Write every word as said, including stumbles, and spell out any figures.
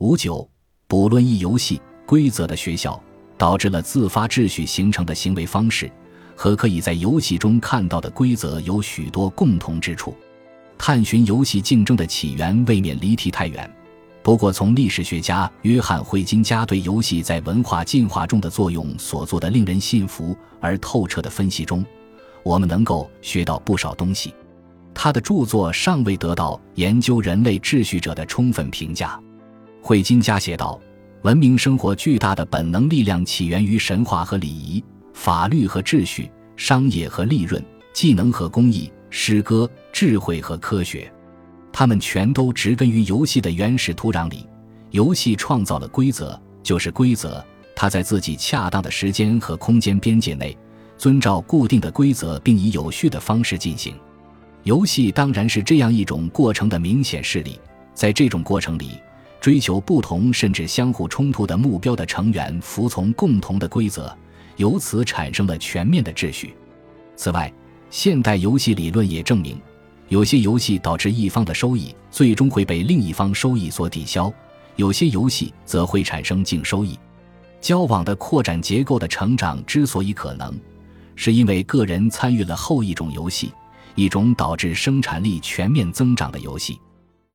五九，不论一游戏规则的学校，导致了自发秩序形成的行为方式，和可以在游戏中看到的规则有许多共同之处。探寻游戏竞争的起源未免离题太远，不过从历史学家约翰惠金加对游戏在文化进化中的作用所做的令人信服而透彻的分析中，我们能够学到不少东西。他的著作尚未得到研究人类秩序者的充分评价。惠金加写道，文明生活巨大的本能力量起源于神话和礼仪、法律和秩序、商业和利润、技能和工艺、诗歌、智慧和科学，它们全都植根于游戏的原始土壤里。游戏创造了规则，就是规则，它在自己恰当的时间和空间边界内，遵照固定的规则并以有序的方式进行。游戏当然是这样一种过程的明显事例，在这种过程里，追求不同甚至相互冲突的目标的成员服从共同的规则，由此产生了全面的秩序。此外，现代游戏理论也证明，有些游戏导致一方的收益最终会被另一方收益所抵消，有些游戏则会产生净收益。交往的扩展结构的成长之所以可能，是因为个人参与了后一种游戏，一种导致生产力全面增长的游戏。